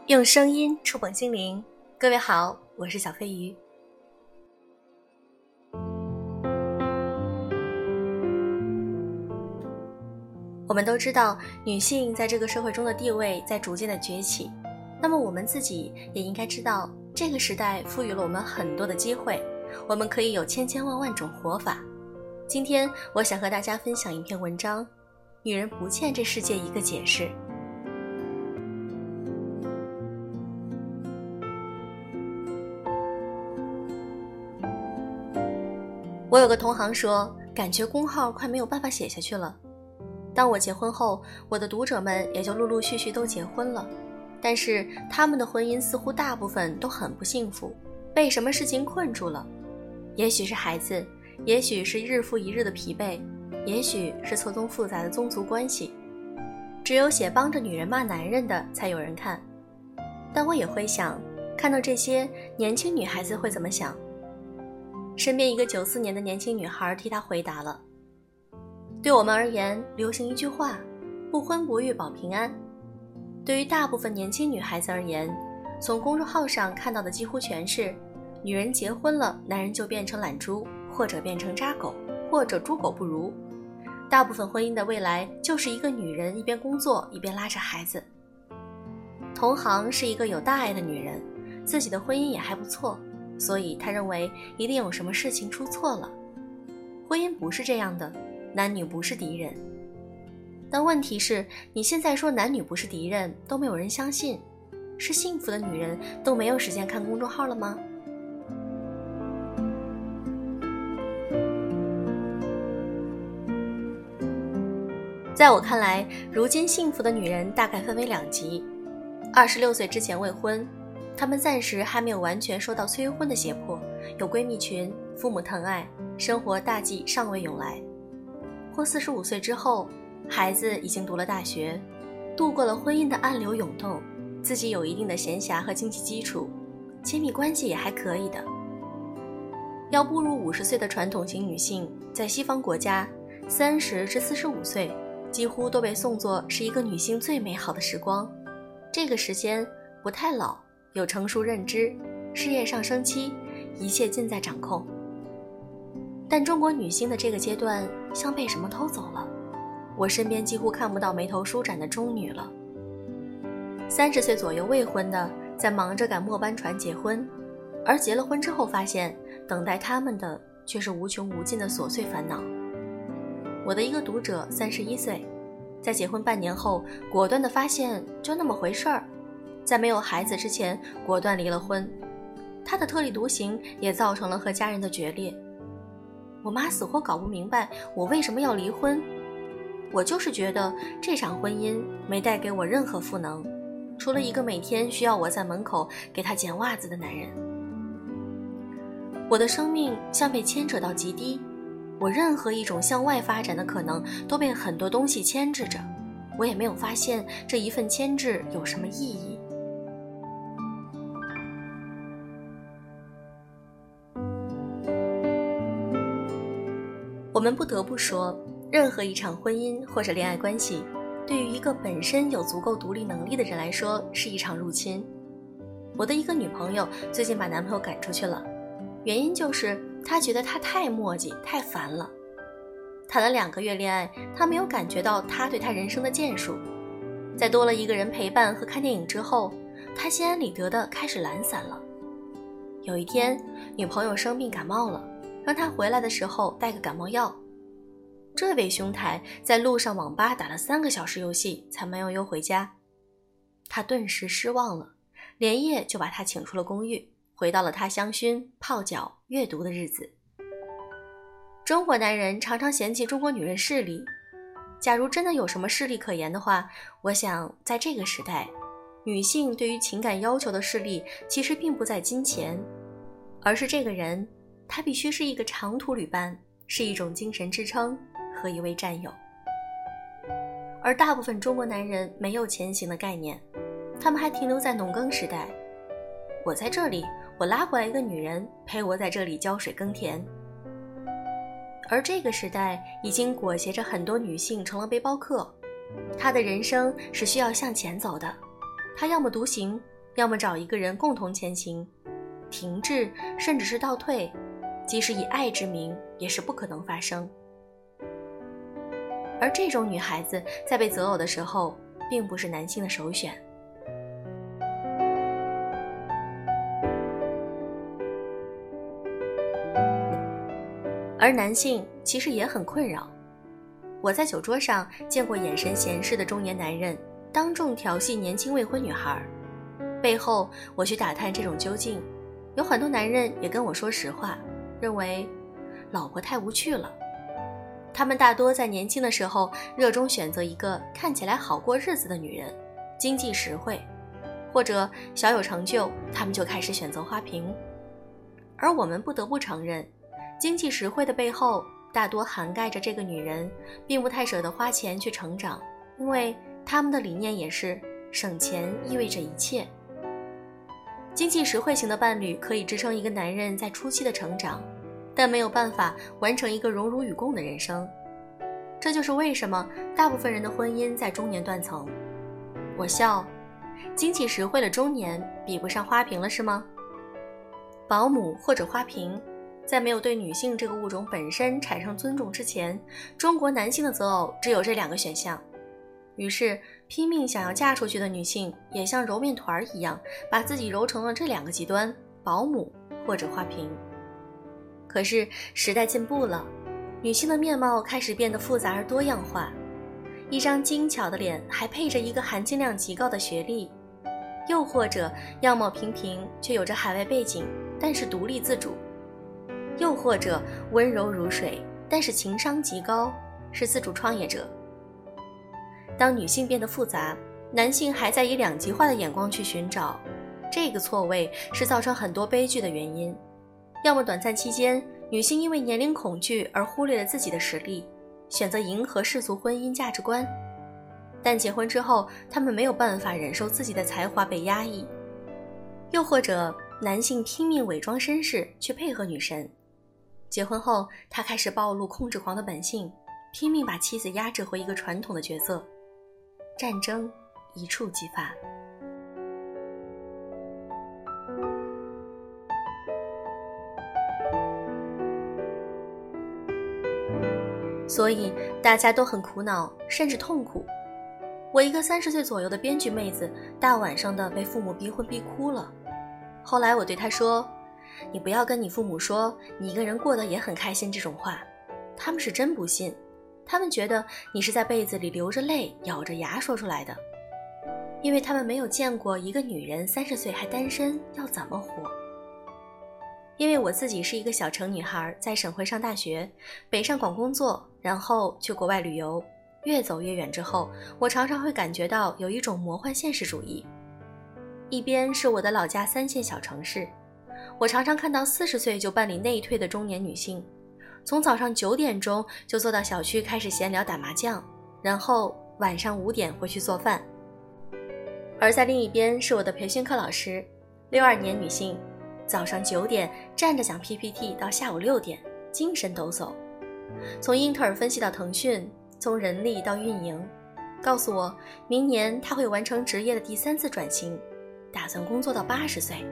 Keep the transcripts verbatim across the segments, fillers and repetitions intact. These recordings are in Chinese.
用声音触碰心灵。各位好，我是小飞鱼。我们都知道，女性在这个社会中的地位在逐渐的崛起，那么我们自己也应该知道，这个时代赋予了我们很多的机会，我们可以有千千万万种活法。今天我想和大家分享一篇文章，女人不欠这世界一个解释。我有个同行说，感觉公号快没有办法写下去了。当我结婚后，我的读者们也就陆陆续续都结婚了，但是他们的婚姻似乎大部分都很不幸福，被什么事情困住了。也许是孩子，也许是日复一日的疲惫，也许是错综复杂的宗族关系。只有写帮着女人骂男人的才有人看。但我也会想，看到这些年轻女孩子会怎么想。身边一个九四年的年轻女孩替他回答了，对我们而言，流行一句话，不婚不育保平安。对于大部分年轻女孩子而言，从公众号上看到的几乎全是女人结婚了，男人就变成懒猪，或者变成渣狗，或者猪狗不如。大部分婚姻的未来就是一个女人一边工作一边拉着孩子。同行是一个有大爱的女人，自己的婚姻也还不错，所以他认为一定有什么事情出错了。婚姻不是这样的，男女不是敌人。但问题是，你现在说男女不是敌人，都没有人相信。是幸福的女人都没有时间看公众号了吗？在我看来，如今幸福的女人大概分为两极。二十六岁之前未婚，她们暂时还没有完全受到催婚的胁迫，有闺蜜群，父母疼爱，生活大计尚未涌来。或四十五岁之后，孩子已经读了大学，度过了婚姻的暗流涌动，自己有一定的闲暇和经济基础，亲密关系也还可以的。要步入五十岁的传统型女性，在西方国家，三十至四十五岁几乎都被送作是一个女性最美好的时光。这个时间不太老，有成熟认知，事业上升期，一切尽在掌控。但中国女性的这个阶段像被什么偷走了，我身边几乎看不到眉头舒展的中女了。三十岁左右未婚的在忙着赶末班船结婚，而结了婚之后发现等待他们的却是无穷无尽的琐碎烦恼。我的一个读者三十一岁，在结婚半年后果断地发现就那么回事儿，在没有孩子之前果断离了婚。他的特立独行也造成了和家人的决裂。我妈死活搞不明白我为什么要离婚，我就是觉得这场婚姻没带给我任何赋能，除了一个每天需要我在门口给他捡袜子的男人。我的生命像被牵扯到极低，我任何一种向外发展的可能都被很多东西牵制着，我也没有发现这一份牵制有什么意义。我们不得不说，任何一场婚姻或者恋爱关系，对于一个本身有足够独立能力的人来说，是一场入侵。我的一个女朋友最近把男朋友赶出去了，原因就是她觉得他太磨叽，太烦了。谈了两个月恋爱，她没有感觉到他对她人生的建树。在多了一个人陪伴和看电影之后，她心安理得的开始懒散了。有一天，女朋友生病感冒了，让他回来的时候带个感冒药。这位兄台在路上网吧打了三个小时游戏才慢悠悠回家，他顿时失望了，连夜就把他请出了公寓，回到了他香薰、泡脚、阅读的日子。中国男人常常嫌弃中国女人势利，假如真的有什么势利可言的话，我想在这个时代，女性对于情感要求的势利其实并不在金钱，而是这个人他必须是一个长途旅伴，是一种精神支撑和一位战友。而大部分中国男人没有前行的概念，他们还停留在农耕时代。我在这里，我拉过来一个女人陪我在这里浇水耕田。而这个时代已经裹挟着很多女性成了背包客，她的人生是需要向前走的，她要么独行， 要么找一个人共同前行，停滞甚至是倒退，即使以爱之名也是不可能发生。而这种女孩子在被择偶的时候并不是男性的首选。而男性其实也很困扰。我在酒桌上见过眼神闲适的中年男人当众调戏年轻未婚女孩，背后我去打探这种究竟，有很多男人也跟我说实话，认为老婆太无趣了。他们大多在年轻的时候热衷选择一个看起来好过日子的女人，经济实惠，或者小有成就，他们就开始选择花瓶。而我们不得不承认，经济实惠的背后大多涵盖着这个女人并不太舍得花钱去成长，因为他们的理念也是省钱意味着一切。经济实惠型的伴侣可以支撑一个男人在初期的成长，但没有办法完成一个荣辱与共的人生。这就是为什么大部分人的婚姻在中年断层。我笑，经济实惠的中年比不上花瓶了是吗？保姆或者花瓶，在没有对女性这个物种本身产生尊重之前，中国男性的择偶只有这两个选项。于是拼命想要嫁出去的女性也像揉面团一样，把自己揉成了这两个极端，保姆或者花瓶。可是时代进步了，女性的面貌开始变得复杂而多样化，一张精巧的脸还配着一个含金量极高的学历，又或者样貌平平却有着海外背景，但是独立自主，又或者温柔如水，但是情商极高，是自主创业者。当女性变得复杂，男性还在以两极化的眼光去寻找，这个错位是造成很多悲剧的原因。要么短暂期间，女性因为年龄恐惧而忽略了自己的实力，选择迎合世俗婚姻价值观，但结婚之后，他们没有办法忍受自己的才华被压抑。又或者男性拼命伪装绅士去配合女神，结婚后他开始暴露控制狂的本性，拼命把妻子压制回一个传统的角色，战争一触即发。所以大家都很苦恼，甚至痛苦。我一个三十岁左右的编剧妹子，大晚上的被父母逼婚逼哭了。后来我对她说，你不要跟你父母说你一个人过得也很开心这种话，他们是真不信，他们觉得你是在被子里流着泪咬着牙说出来的，因为他们没有见过一个女人三十岁还单身要怎么活。因为我自己是一个小城女孩，在省会上大学，北上广工作，然后去国外旅游，越走越远之后，我常常会感觉到有一种魔幻现实主义。一边是我的老家三线小城市，我常常看到四十岁就办理内退的中年女性，从早上九点钟就坐到小区开始闲聊打麻将，然后晚上五点回去做饭。而在另一边是我的培训课老师，六二年女性，早上九点站着讲 P P T 到下午六点，精神抖擞，从英特尔分析到腾讯，从人力到运营，告诉我明年她会完成职业的第三次转型，打算工作到八十岁。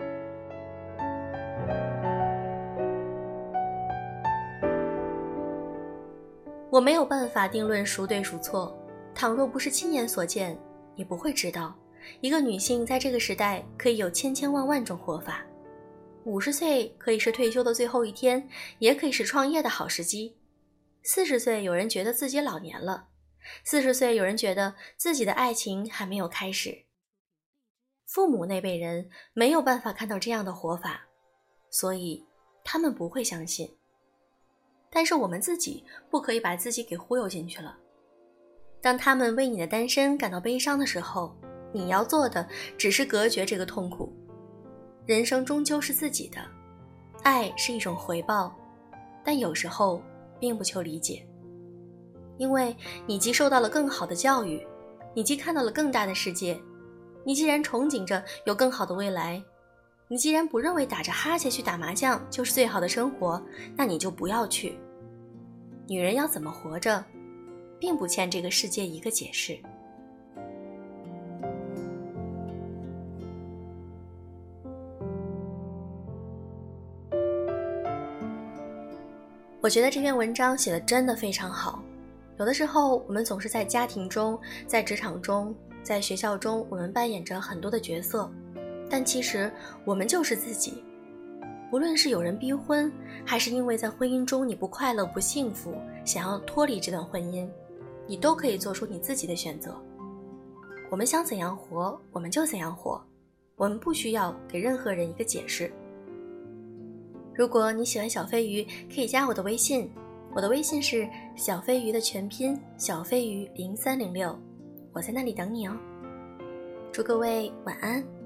我没有办法定论孰对孰错，倘若不是亲眼所见，也不会知道一个女性在这个时代可以有千千万万种活法。五十岁可以是退休的最后一天，也可以是创业的好时机。四十岁有人觉得自己老年了，四十岁有人觉得自己的爱情还没有开始。父母那辈人没有办法看到这样的活法，所以他们不会相信。但是我们自己不可以把自己给忽悠进去了。当他们为你的单身感到悲伤的时候，你要做的只是隔绝这个痛苦。人生终究是自己的，爱是一种回报，但有时候并不求理解。因为你既受到了更好的教育，你既看到了更大的世界，你既然憧憬着有更好的未来，你既然不认为打着哈欠去打麻将就是最好的生活，那你就不要去。女人要怎么活着，并不欠这个世界一个解释。 我觉得这篇文章写得真的非常好。有的时候我们总是在家庭中，在职场中，在学校中，我们扮演着很多的角色，但其实我们就是自己。无论是有人逼婚，还是因为在婚姻中你不快乐不幸福，想要脱离这段婚姻，你都可以做出你自己的选择。我们想怎样活，我们就怎样活，我们不需要给任何人一个解释。如果你喜欢小飞鱼，可以加我的微信，我的微信是小飞鱼的全拼小飞鱼零三零六，我在那里等你哦。祝各位晚安。